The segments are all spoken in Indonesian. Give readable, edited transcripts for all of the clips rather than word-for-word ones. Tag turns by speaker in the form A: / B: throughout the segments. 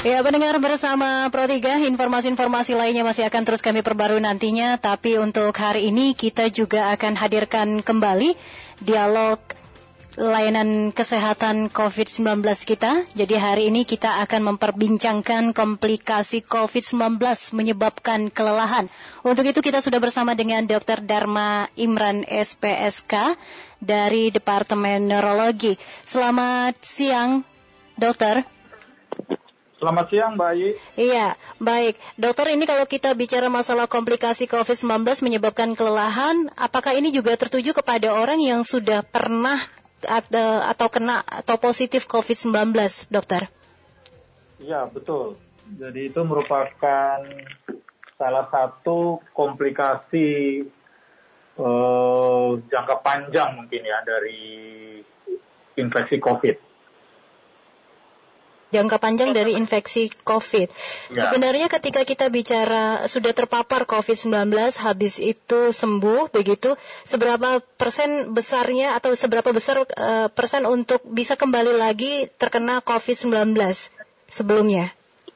A: Ya, pendengar, bersama Pro3, informasi-informasi lainnya masih akan terus kami perbarui nantinya. Tapi untuk hari ini kita juga akan hadirkan kembali dialog layanan kesehatan COVID-19 kita. Jadi hari ini kita akan memperbincangkan komplikasi COVID-19 menyebabkan kelelahan. Untuk itu kita sudah bersama dengan Dr. Dharma Imran SPSK dari Departemen Neurologi. Selamat siang, Dokter.
B: Selamat siang, Mbak Ayi.
A: Iya, baik. Dokter, ini kalau kita bicara masalah komplikasi COVID-19 menyebabkan kelelahan, apakah ini juga tertuju kepada orang yang sudah pernah atau kena atau positif COVID-19, dokter?
B: Iya, betul. Jadi itu merupakan salah satu komplikasi jangka panjang mungkin ya dari infeksi COVID.
A: Jangka panjang dari infeksi COVID. Ya. Sebenarnya ketika kita bicara sudah terpapar COVID-19, habis itu sembuh, begitu, seberapa persen besarnya atau seberapa besar persen untuk bisa kembali lagi terkena COVID-19 sebelumnya?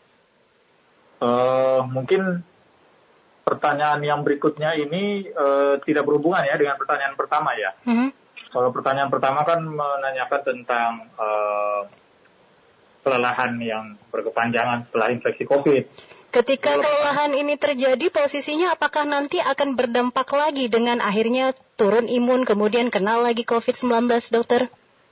B: Mungkin pertanyaan yang berikutnya ini tidak berhubungan ya dengan pertanyaan pertama ya. Kalau pertanyaan pertama kan menanyakan tentang kelelahan yang berkepanjangan setelah infeksi COVID.
A: Ketika kelelahan ini terjadi, posisinya apakah nanti akan berdampak lagi dengan akhirnya turun imun, kemudian kena lagi COVID-19, dokter?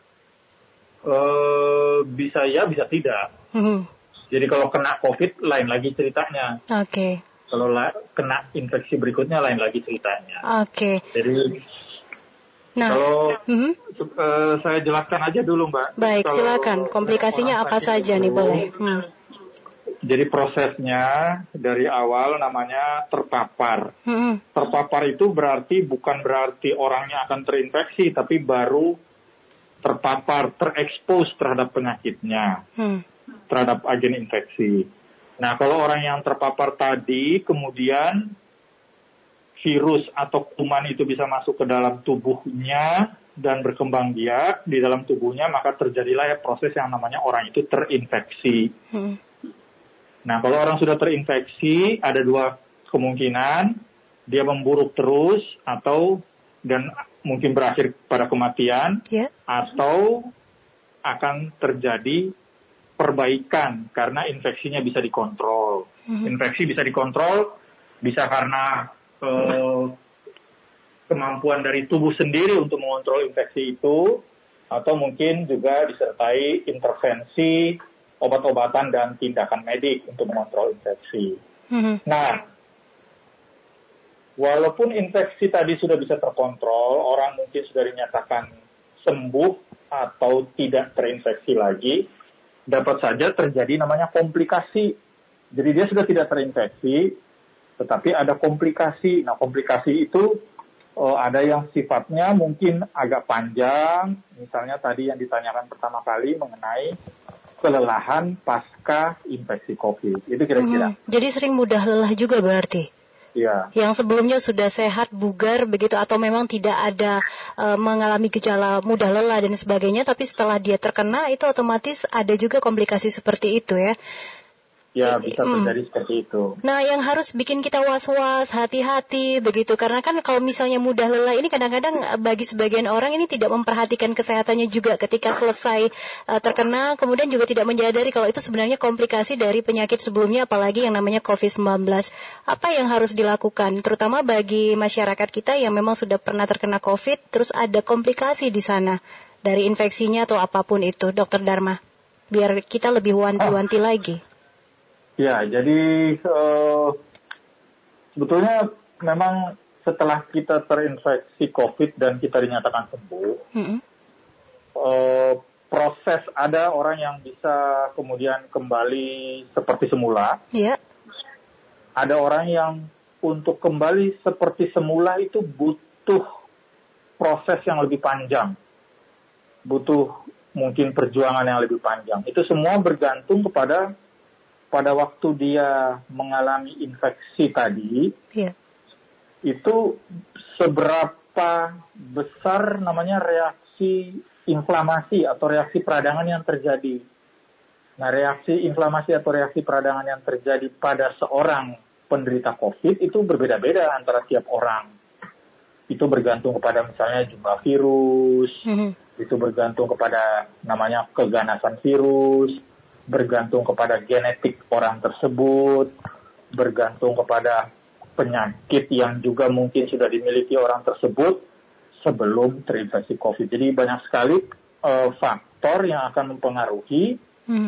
B: Bisa ya, bisa tidak. Jadi kalau kena COVID, lain lagi ceritanya.
A: Oke.
B: Kalau kena infeksi berikutnya, lain lagi ceritanya.
A: Oke.
B: Jadi kalau saya jelaskan aja dulu, Mbak.
A: Baik, silakan. Komplikasinya apa saja nih, boleh?
B: Jadi prosesnya dari awal namanya terpapar. Terpapar itu bukan berarti orangnya akan terinfeksi, tapi baru terpapar, terekspos terhadap penyakitnya, terhadap agen infeksi. Nah, kalau orang yang terpapar tadi, kemudian virus atau kuman itu bisa masuk ke dalam tubuhnya dan berkembang biak di dalam tubuhnya, maka terjadilah ya proses yang namanya orang itu terinfeksi. Nah, kalau orang sudah terinfeksi, ada dua kemungkinan, dia memburuk terus dan mungkin berakhir pada kematian, atau akan terjadi perbaikan karena infeksinya bisa dikontrol. Infeksi bisa dikontrol, bisa karena kemampuan dari tubuh sendiri untuk mengontrol infeksi itu, atau mungkin juga disertai intervensi obat-obatan dan tindakan medik untuk mengontrol infeksi. Nah, walaupun infeksi tadi sudah bisa terkontrol, orang mungkin sudah dinyatakan sembuh atau tidak terinfeksi lagi, dapat saja terjadi namanya komplikasi. Jadi dia sudah tidak terinfeksi, tetapi ada komplikasi. Nah, komplikasi itu ada yang sifatnya mungkin agak panjang, misalnya tadi yang ditanyakan pertama kali mengenai kelelahan pasca infeksi COVID. Itu kira-kira.
A: Jadi sering mudah lelah juga berarti?
B: Iya.
A: Yang sebelumnya sudah sehat, bugar, begitu, atau memang tidak ada mengalami gejala mudah lelah dan sebagainya, tapi setelah dia terkena itu otomatis ada juga komplikasi seperti itu ya?
B: Ya, bisa terjadi seperti itu.
A: Nah, yang harus bikin kita was-was, hati-hati, begitu. Karena kan kalau misalnya mudah lelah ini kadang-kadang bagi sebagian orang ini tidak memperhatikan kesehatannya juga ketika selesai terkena, kemudian juga tidak menyadari kalau itu sebenarnya komplikasi dari penyakit sebelumnya, apalagi yang namanya COVID-19. Apa yang harus dilakukan, terutama bagi masyarakat kita yang memang sudah pernah terkena COVID, terus ada komplikasi di sana dari infeksinya atau apapun itu, Dr. Dharma? Biar kita lebih wanti-wanti lagi.
B: Ya, jadi sebetulnya memang setelah kita terinfeksi COVID dan kita dinyatakan sembuh, proses ada orang yang bisa kemudian kembali seperti semula. Ada orang yang untuk kembali seperti semula itu butuh proses yang lebih panjang, butuh mungkin perjuangan yang lebih panjang. Itu semua bergantung pada waktu dia mengalami infeksi tadi, itu seberapa besar namanya reaksi inflamasi atau reaksi peradangan yang terjadi. Nah, reaksi inflamasi atau reaksi peradangan yang terjadi pada seorang penderita COVID itu berbeda-beda antara tiap orang. Itu bergantung kepada misalnya jumlah virus, itu bergantung kepada namanya keganasan virus, bergantung kepada genetik orang tersebut, bergantung kepada penyakit yang juga mungkin sudah dimiliki orang tersebut sebelum terinfeksi COVID. Jadi banyak sekali faktor yang akan mempengaruhi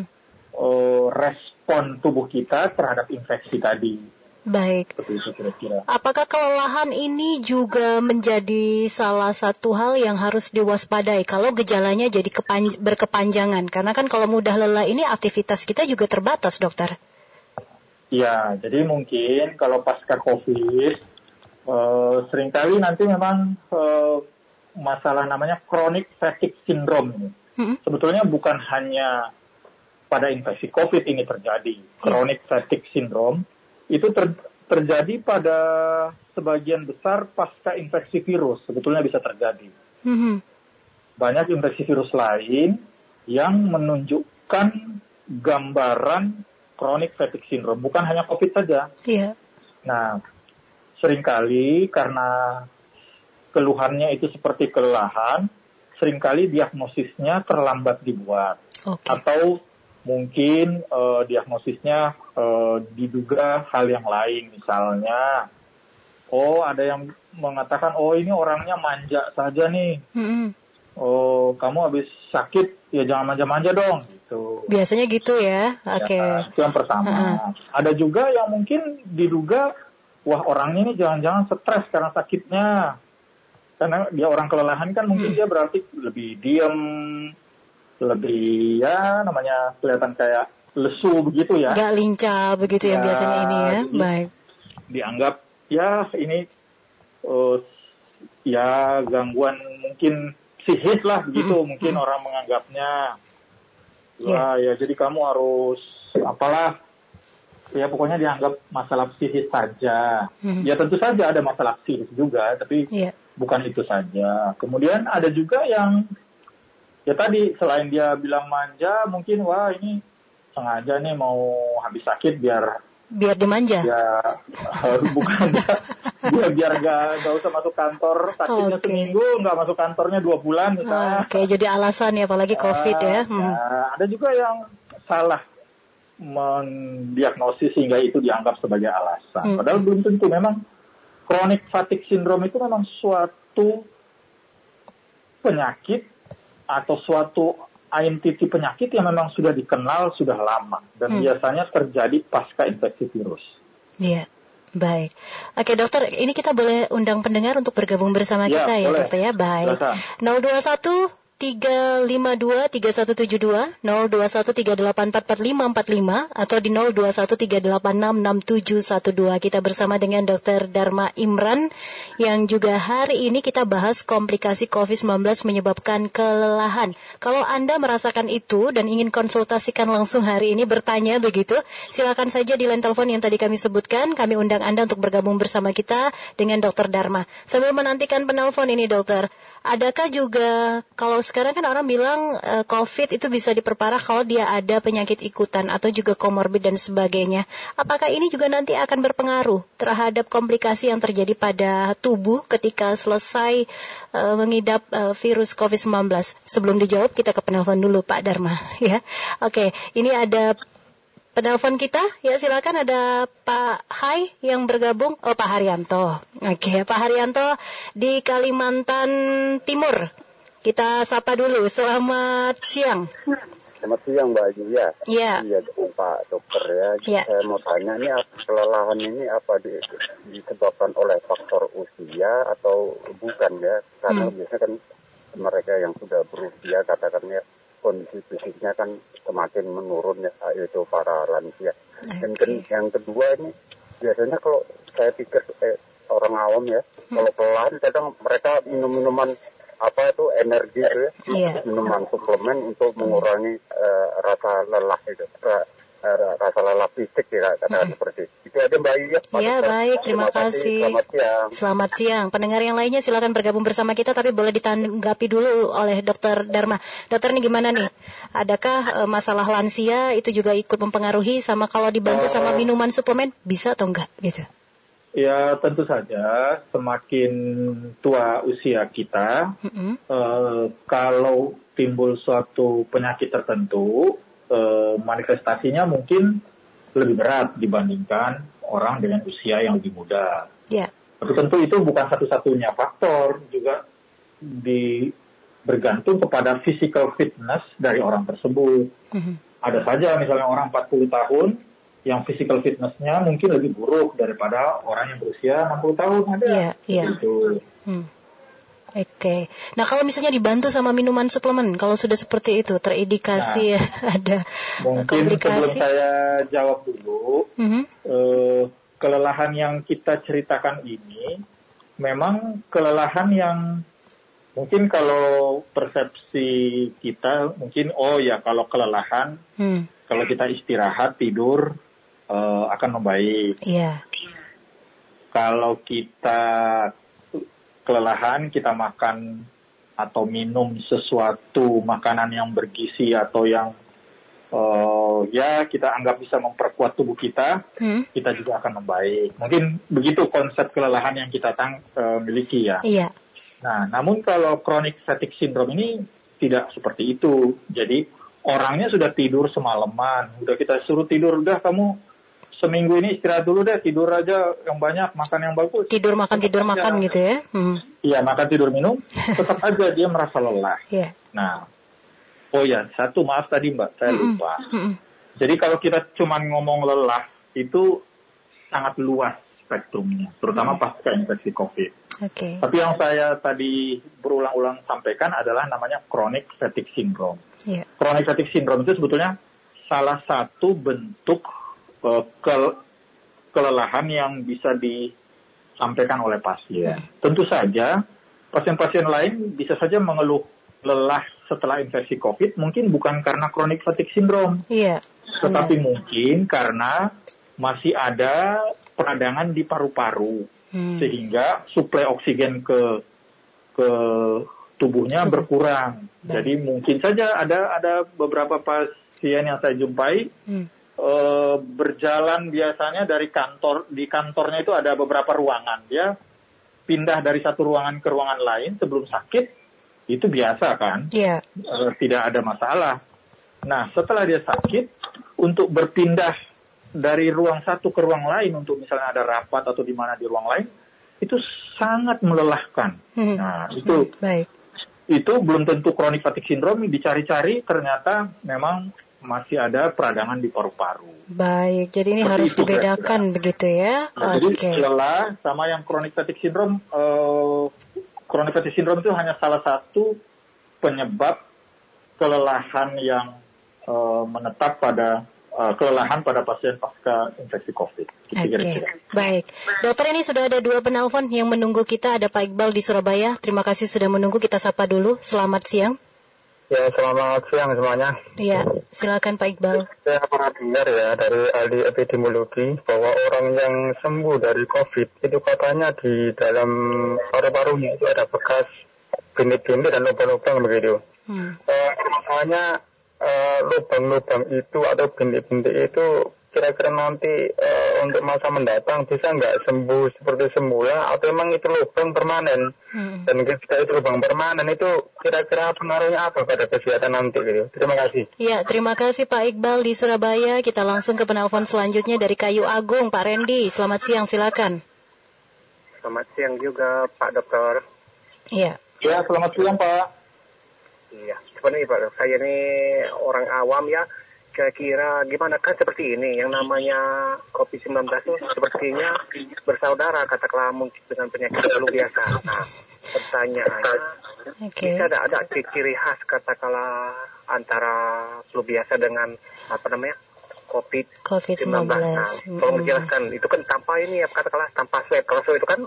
B: respon tubuh kita terhadap infeksi tadi.
A: Baik. Apakah kelelahan ini juga menjadi salah satu hal yang harus diwaspadai kalau gejalanya jadi berkepanjangan? Karena kan kalau mudah lelah ini aktivitas kita juga terbatas, dokter.
B: Ya, jadi mungkin kalau pasca COVID, seringkali nanti memang masalah namanya chronic fatigue syndrome. Sebetulnya bukan hanya pada infeksi COVID ini terjadi. Chronic fatigue syndrome itu terjadi pada sebagian besar pasca infeksi virus. Sebetulnya bisa terjadi. Banyak infeksi virus lain yang menunjukkan gambaran chronic fatigue syndrome. Bukan hanya COVID saja. Nah, seringkali karena keluhannya itu seperti kelelahan, seringkali diagnosisnya terlambat dibuat. Atau mungkin diagnosisnya diduga hal yang lain, misalnya, ada yang mengatakan, ini orangnya manja saja nih. Kamu habis sakit, ya jangan manja-manja dong. Gitu.
A: Biasanya gitu ya. Oke.
B: Ya, itu yang pertama. Ada juga yang mungkin diduga, orangnya ini jangan-jangan stres karena sakitnya. Karena dia orang kelelahan kan mungkin dia berarti lebih diam, lebih namanya kelihatan kayak lesu begitu ya.
A: Gak lincah begitu ya, yang biasanya ini ya. Baik.
B: Dianggap ini gangguan mungkin psikis lah begitu, mungkin orang menganggapnya. Jadi kamu harus pokoknya dianggap masalah psikis saja. Ya tentu saja ada masalah psikis juga, tapi bukan itu saja. Kemudian ada juga yang tadi selain dia bilang manja, mungkin ini sengaja nih mau habis sakit biar
A: dimanja.
B: Ya bukan biar gak usah masuk kantor, sakitnya seminggu, nggak masuk kantornya 2 bulan misalnya.
A: Jadi alasan ya, apalagi COVID ya.
B: Ada juga yang salah mendiagnosis sehingga itu dianggap sebagai alasan. Padahal belum tentu. Memang chronic fatigue syndrome itu memang suatu penyakit atau suatu entiti penyakit yang memang sudah dikenal sudah lama dan biasanya terjadi pasca infeksi virus.
A: Iya, baik. Oke dokter, ini kita boleh undang pendengar untuk bergabung bersama kita ya dokter ya. Baik. 021 352 3172 021 3844545 atau di 021 3866712. Kita bersama dengan Dr. Dharma Imran yang juga hari ini kita bahas komplikasi COVID-19 menyebabkan kelelahan. Kalau Anda merasakan itu dan ingin konsultasikan langsung hari ini, bertanya begitu, silakan saja di line telepon yang tadi kami sebutkan. Kami undang Anda untuk bergabung bersama kita dengan Dr. Dharma. Sambil menantikan penelpon ini dokter, adakah juga, kalau sekarang kan orang bilang COVID itu bisa diperparah kalau dia ada penyakit ikutan atau juga komorbid dan sebagainya. Apakah ini juga nanti akan berpengaruh terhadap komplikasi yang terjadi pada tubuh ketika selesai mengidap virus COVID-19? Sebelum dijawab, kita ke penelpon dulu Pak Dharma. Ya, oke. Ini ada penelpon kita, ya silakan, ada Pak Hai yang bergabung. Pak Haryanto. Oke, Pak Haryanto di Kalimantan Timur. Kita sapa dulu. Selamat siang.
C: Selamat siang Mbak Julia.
A: Iya.
C: Iya, Pak Dokter ya. Saya mau tanya, ini kelelahan ini apa disebabkan oleh faktor usia atau bukan ya? Karena biasanya kan mereka yang sudah berusia katakannya kondisi fisiknya kan semakin menurun ya, itu para lansia. Dan yang kedua ini biasanya kalau saya pikir orang awam ya, kalau kelelahan kadang mereka minum minuman energi itu ya, minuman suplemen untuk mengurangi rasa lelah itu. rasa lelah fisik ya, katakan seperti itu aja Mbak Iya.
A: Ya baik, terima kasih. Selamat siang. Pendengar yang lainnya silakan bergabung bersama kita, tapi boleh ditanggapi dulu oleh Dokter Dharma. Dokter, ini gimana nih? Adakah masalah lansia itu juga ikut mempengaruhi, sama kalau dibantu sama minuman suplemen bisa atau enggak gitu?
B: Ya tentu saja semakin tua usia kita, kalau timbul suatu penyakit tertentu, manifestasinya mungkin lebih berat dibandingkan orang dengan usia yang lebih muda.
A: Yeah.
B: Tapi tentu itu bukan satu-satunya faktor, juga bergantung kepada physical fitness dari orang tersebut. Ada saja misalnya orang 40 tahun yang physical fitness-nya mungkin lebih buruk daripada orang yang berusia 60 tahun ada. Gitu.
A: Oke. Nah, kalau misalnya dibantu sama minuman suplemen, kalau sudah seperti itu terindikasi ada
B: mungkin
A: komplikasi.
B: Sebelum saya jawab dulu, kelelahan yang kita ceritakan ini memang kelelahan yang mungkin kalau persepsi kita mungkin kalau kelelahan, kalau kita istirahat tidur akan membaik.
A: Iya.
B: Kalau kita kelelahan, kita makan atau minum sesuatu makanan yang bergizi atau yang kita anggap bisa memperkuat tubuh kita, kita juga akan membaik. Mungkin begitu konsep kelelahan yang kita miliki ya.
A: Iya.
B: Nah, namun kalau chronic fatigue syndrome ini tidak seperti itu. Jadi orangnya sudah tidur semalaman, udah kita suruh tidur, udah kamu seminggu ini istirahat dulu deh, tidur aja yang banyak, makan yang bagus.
A: Tidur makan gitu ya?
B: Iya, makan tidur minum, tetap aja dia merasa lelah.
A: Yeah.
B: Nah, satu maaf tadi Mbak, saya lupa. Jadi kalau kita cuma ngomong lelah, itu sangat luas spektrumnya, terutama pasca infeksi COVID.
A: Okay.
B: Tapi yang saya tadi berulang-ulang sampaikan adalah namanya chronic fatigue syndrome.
A: Yeah.
B: Chronic fatigue syndrome itu sebetulnya salah satu bentuk kelelahan yang bisa disampaikan oleh pasien. Tentu saja pasien-pasien lain bisa saja mengeluh lelah setelah infeksi COVID, mungkin bukan karena chronic fatigue syndrome, tetapi mungkin karena masih ada peradangan di paru-paru, sehingga suplai oksigen ke tubuhnya berkurang. Jadi mungkin saja ada beberapa pasien yang saya jumpai berjalan biasanya di kantornya itu ada beberapa ruangan, dia pindah dari satu ruangan ke ruangan lain sebelum sakit, itu biasa kan, tidak ada masalah. Nah, setelah dia sakit, untuk berpindah dari ruang satu ke ruang lain, untuk misalnya ada rapat atau di mana di ruang lain, itu sangat melelahkan. Nah, itu belum tentu chronic fatigue syndrome, dicari-cari ternyata memang masih ada peradangan di paru-paru.
A: Baik, jadi ini harus dibedakan begitu ya.
B: Nah, jadi lelah sama yang chronic fatigue syndrome, chronic fatigue syndrome itu hanya salah satu penyebab kelelahan yang menetap pada kelelahan pada pasien pasca infeksi COVID.
A: Baik. Dokter, ini sudah ada 2 penelpon yang menunggu kita. Ada Pak Iqbal di Surabaya. Terima kasih sudah menunggu. Kita sapa dulu. Selamat siang.
C: Ya, selamat siang semuanya.
A: Iya, silakan Pak Iqbal.
C: Saya pernah dengar ya dari ahli epidemiologi bahwa orang yang sembuh dari COVID itu katanya di dalam paru-parunya itu ada bekas bintik-bintik dan lubang-lubang begitu. Masalahnya lubang-lubang itu atau bintik-bintik itu kira-kira nanti untuk masa mendatang bisa nggak sembuh seperti semula atau memang itu lubang permanen? Dan ketika itu lubang permanen itu kira-kira pengaruhnya apa pada kesehatan nanti gitu? Terima kasih.
A: Ya, terima kasih Pak Iqbal di Surabaya. Kita langsung ke penelpon selanjutnya dari Kayu Agung, Pak Randy. Selamat siang, silakan.
C: Selamat siang juga Pak Dokter.
A: Iya.
B: Ya, selamat siang Pak.
C: Iya, sebenarnya Pak, saya ini orang awam ya. Kira-kira gimana kan seperti ini, yang namanya COVID-19 itu sepertinya bersaudara katakanlah mungkin dengan penyakit flu biasa. Nah, pertanyaannya, bisa ada ciri khas katakanlah antara flu biasa dengan COVID-19. Nah, tolong menjelaskan, itu kan tanpa ini ya katakanlah tanpa swab. Kalau swab itu kan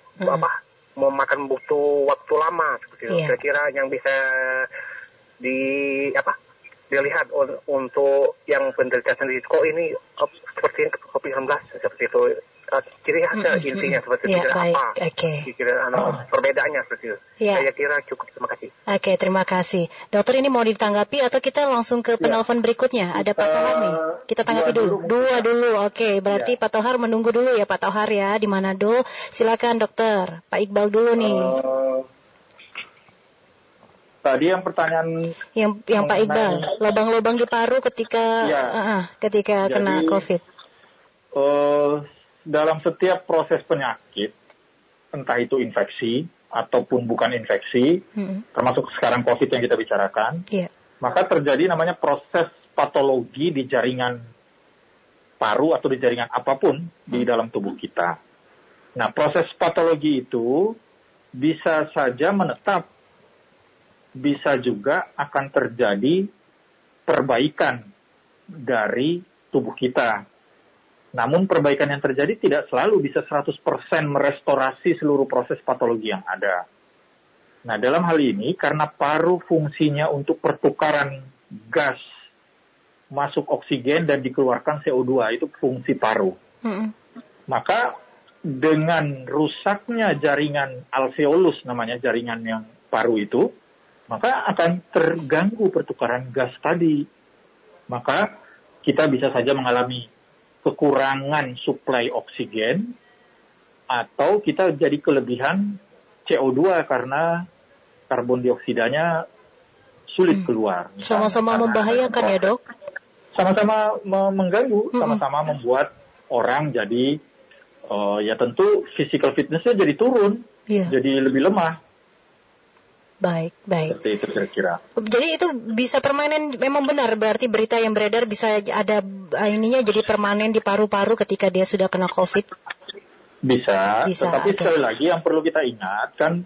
C: memakan butuh waktu lama seperti itu. Kira-kira yang bisa dilihat untuk yang penderita sendiri, kok ini seperti COVID-19 seperti itu, ciri khasnya intinya seperti itu, apa perbedaannya seperti itu. Saya kira cukup, terima kasih.
A: Oke, terima kasih. Dokter, ini mau ditanggapi atau kita langsung ke penelpon berikutnya? Ada Pak Tohar nih, kita tanggapi dulu. Dua dulu, oke. Berarti Pak Tohar menunggu dulu ya, Pak Tohar ya, di Manado. Silakan dokter, Pak Iqbal dulu nih.
B: Tadi yang pertanyaan
A: yang Pak Iqbal, lubang-lubang di paru ketika kena COVID.
B: Dalam setiap proses penyakit, entah itu infeksi ataupun bukan infeksi, termasuk sekarang COVID yang kita bicarakan, maka terjadi namanya proses patologi di jaringan paru atau di jaringan apapun di dalam tubuh kita. Nah, proses patologi itu bisa saja menetap, bisa juga akan terjadi perbaikan dari tubuh kita. Namun perbaikan yang terjadi tidak selalu bisa 100% merestorasi seluruh proses patologi yang ada. Nah, dalam hal ini karena paru fungsinya untuk pertukaran gas masuk oksigen dan dikeluarkan CO2, itu fungsi paru. Maka dengan rusaknya jaringan alveolus, namanya jaringan yang paru itu, maka akan terganggu pertukaran gas tadi. Maka kita bisa saja mengalami kekurangan suplai oksigen, atau kita jadi kelebihan CO2 karena karbon dioksidanya sulit keluar.
A: Sama-sama membahayakan ya, Dok?
B: Sama-sama mengganggu, sama-sama membuat orang jadi, ya tentu physical fitness-nya jadi turun, jadi lebih lemah.
A: Baik.
B: Seperti itu kira-kira.
A: Jadi itu bisa permanen, memang benar berarti berita yang beredar bisa ada ininya jadi permanen di paru-paru ketika dia sudah kena COVID?
B: Bisa. Tetapi sekali lagi yang perlu kita ingat kan,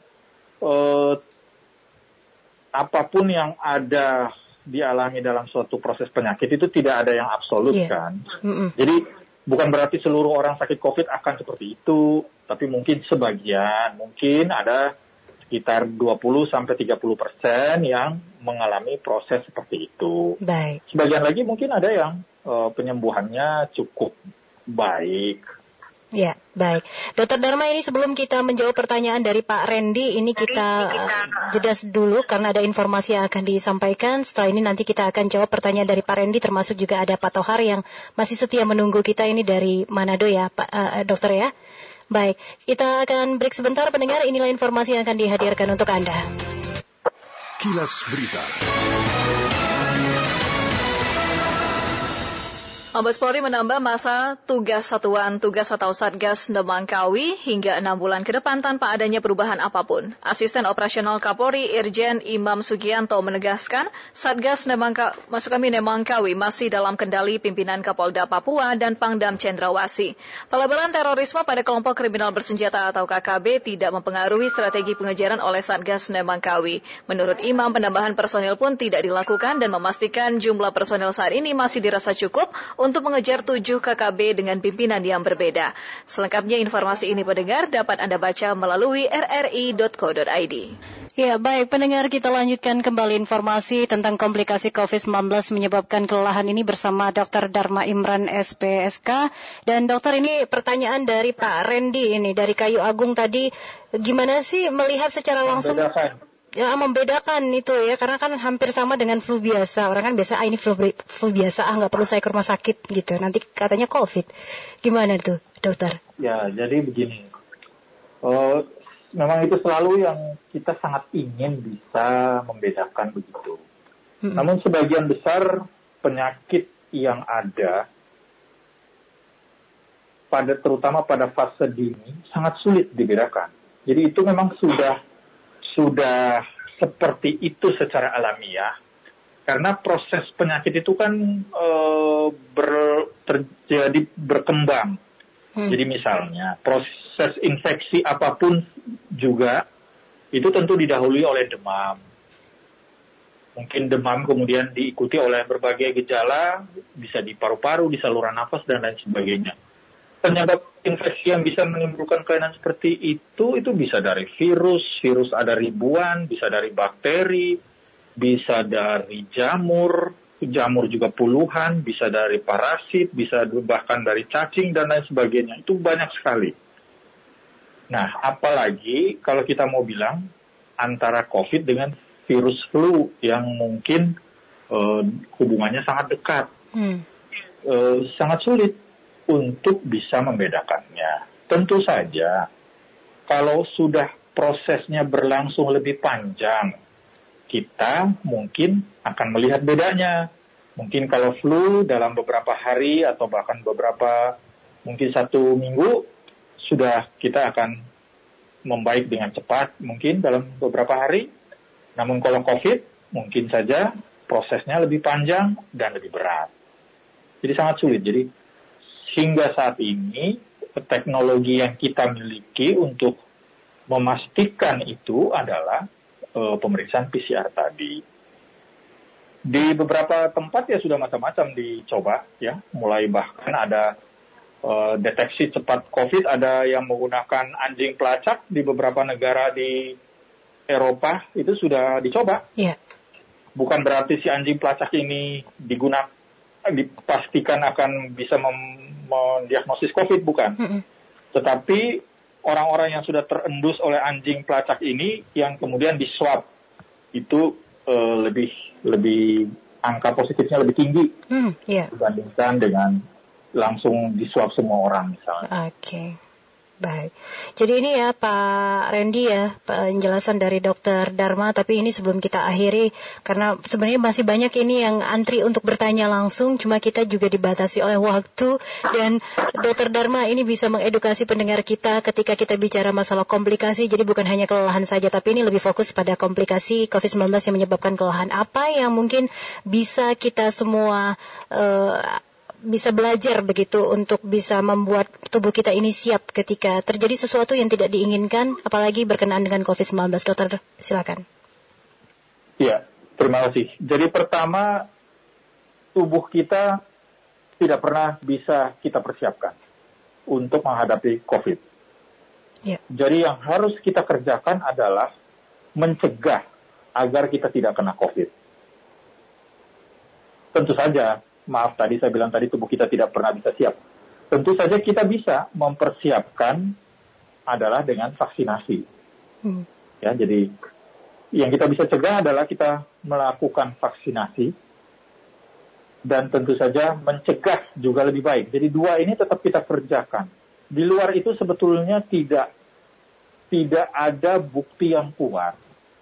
B: apapun yang ada dialami dalam suatu proses penyakit itu tidak ada yang absolut kan. Jadi bukan berarti seluruh orang sakit COVID akan seperti itu, tapi mungkin sebagian, mungkin ada sekitar 20-30% yang mengalami proses seperti itu.
A: Baik.
B: Sebagian lagi mungkin ada yang penyembuhannya cukup baik.
A: Ya, baik. Dr. Dharma, ini sebelum kita menjawab pertanyaan dari Pak Randy, ini kita jeda dulu karena ada informasi yang akan disampaikan. Setelah ini nanti kita akan jawab pertanyaan dari Pak Randy, termasuk juga ada Pak Tohar yang masih setia menunggu kita ini dari Manado ya, Pak Dokter ya. Baik, kita akan break sebentar pendengar, inilah informasi yang akan dihadirkan untuk Anda.
D: Kilas Berita.
E: Mabes Polri menambah masa tugas Satuan Tugas atau Satgas Nemangkawi hingga 6 bulan ke depan tanpa adanya perubahan apapun. Asisten Operasional Kapolri Irjen Imam Sugianto menegaskan Satgas Nemangkawi masih dalam kendali pimpinan Kapolda Papua dan Pangdam Cendrawasih. Pelabelan terorisme pada kelompok kriminal bersenjata atau KKB tidak mempengaruhi strategi pengejaran oleh Satgas Nemangkawi. Menurut Imam, penambahan personil pun tidak dilakukan dan memastikan jumlah personil saat ini masih dirasa cukup untuk mengejar 7 KKB dengan pimpinan yang berbeda. Selengkapnya informasi ini pendengar dapat Anda baca melalui rri.co.id.
A: Ya, baik pendengar, kita lanjutkan kembali informasi tentang komplikasi COVID-19 menyebabkan kelelahan ini bersama Dr. Dharma Imran SPSK. Dan dokter, ini pertanyaan dari Pak Randy ini dari Kayu Agung tadi, gimana sih melihat secara langsung? Membedakan itu ya, karena kan hampir sama dengan flu biasa. Orang kan biasa ini flu biasa, nggak perlu saya ke rumah sakit gitu. Nanti katanya COVID. Gimana tuh, dokter?
B: Ya, jadi begini. Memang itu selalu yang kita sangat ingin bisa membedakan begitu. Namun sebagian besar penyakit yang ada terutama pada fase dini sangat sulit dibedakan. Jadi itu memang sudah seperti itu secara alamiah, karena proses penyakit itu kan terjadi berkembang. Jadi misalnya proses infeksi apapun juga itu tentu didahului oleh demam. Mungkin demam kemudian diikuti oleh berbagai gejala, bisa di paru-paru, di saluran nafas dan lain sebagainya. Penyebab infeksi yang bisa menimbulkan kelainan seperti itu bisa dari virus ada ribuan, bisa dari bakteri, bisa dari jamur, jamur juga puluhan, bisa dari parasit, bisa bahkan dari cacing dan lain sebagainya. Itu banyak sekali. Nah, apalagi kalau kita mau bilang antara COVID dengan virus flu yang mungkin hubungannya sangat dekat. Sangat sulit untuk bisa membedakannya. Tentu saja, kalau sudah prosesnya berlangsung lebih panjang, kita mungkin akan melihat bedanya. Mungkin kalau flu dalam beberapa hari atau bahkan mungkin 1 minggu, sudah kita akan membaik dengan cepat mungkin dalam beberapa hari. Namun kalau COVID, mungkin saja prosesnya lebih panjang dan lebih berat. Jadi sangat sulit. Jadi hingga saat ini, teknologi yang kita miliki untuk memastikan itu adalah pemeriksaan PCR tadi. Di beberapa tempat ya sudah macam-macam dicoba ya, mulai bahkan ada deteksi cepat COVID, ada yang menggunakan anjing pelacak di beberapa negara di Eropa itu sudah dicoba. Yeah. Bukan berarti si anjing pelacak ini dipastikan akan bisa mendiagnosis COVID, bukan. Tetapi orang-orang yang sudah terendus oleh anjing pelacak ini yang kemudian diswab itu lebih angka positifnya lebih tinggi dibandingkan dengan langsung diswab semua orang misalnya.
A: Oke. Baik, jadi ini ya Pak Randy ya penjelasan dari Dr. Dharma, tapi ini sebelum kita akhiri karena sebenarnya masih banyak ini yang antri untuk bertanya langsung, cuma kita juga dibatasi oleh waktu dan Dr. Dharma ini bisa mengedukasi pendengar kita ketika kita bicara masalah komplikasi, jadi bukan hanya kelelahan saja, tapi ini lebih fokus pada komplikasi COVID-19 yang menyebabkan kelelahan. Apa yang mungkin bisa kita semua bisa belajar begitu untuk bisa membuat tubuh kita ini siap ketika terjadi sesuatu yang tidak diinginkan, apalagi berkenaan dengan COVID-19. Dokter, silakan.
B: Ya, terima kasih. Jadi pertama, tubuh kita tidak pernah bisa kita persiapkan untuk menghadapi COVID. Ya. Jadi yang harus kita kerjakan adalah mencegah agar kita tidak kena COVID. Tentu saja, maaf tadi saya bilang tadi tubuh kita tidak pernah bisa siap. Tentu saja kita bisa mempersiapkan adalah dengan vaksinasi. Ya, jadi yang kita bisa cegah adalah kita melakukan vaksinasi dan tentu saja mencegah juga lebih baik. Jadi dua ini tetap kita kerjakan. Di luar itu sebetulnya tidak ada bukti yang kuat.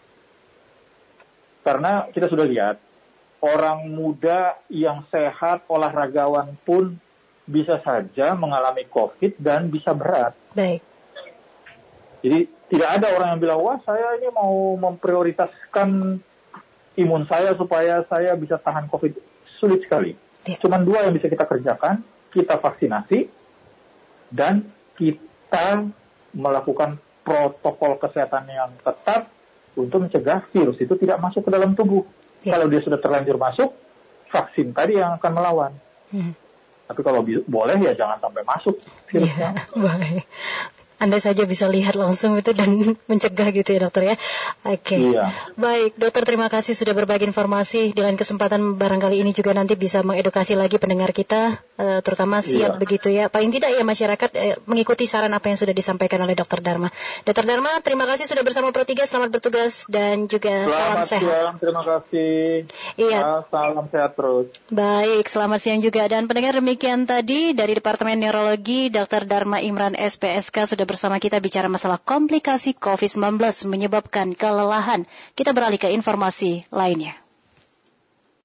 B: Karena kita sudah lihat orang muda yang sehat, olahragawan pun bisa saja mengalami COVID dan bisa berat. Baik. Jadi tidak ada orang yang bilang, wah saya ini mau memprioritaskan imun saya supaya saya bisa tahan COVID. Sulit sekali. Ya. Cuman dua yang bisa kita kerjakan, kita vaksinasi dan kita melakukan protokol kesehatan yang ketat untuk mencegah virus itu tidak masuk ke dalam tubuh. Ya. Kalau dia sudah terlanjur masuk, vaksin tadi yang akan melawan. Tapi kalau boleh ya jangan sampai masuk virusnya.
A: Ya, baik. Anda saja bisa lihat langsung itu dan mencegah gitu ya dokter ya. Oke. Iya. Baik, dokter terima kasih sudah berbagi informasi. Di lain kesempatan barangkali ini juga nanti bisa mengedukasi lagi pendengar kita, terutama siap begitu ya. Paling tidak ya masyarakat mengikuti saran apa yang sudah disampaikan oleh Dr. Dharma. Dr. Dharma, terima kasih sudah bersama Pro 3, selamat bertugas dan juga salam sehat. Selamat siang,
B: terima kasih. Iya. Salam sehat terus.
A: Baik, selamat siang juga. Dan pendengar demikian tadi dari Departemen Neurologi Dr. Dharma Imran SPSK sudah bersama kita bicara masalah komplikasi COVID-19 menyebabkan kelelahan. Kita beralih ke informasi lainnya.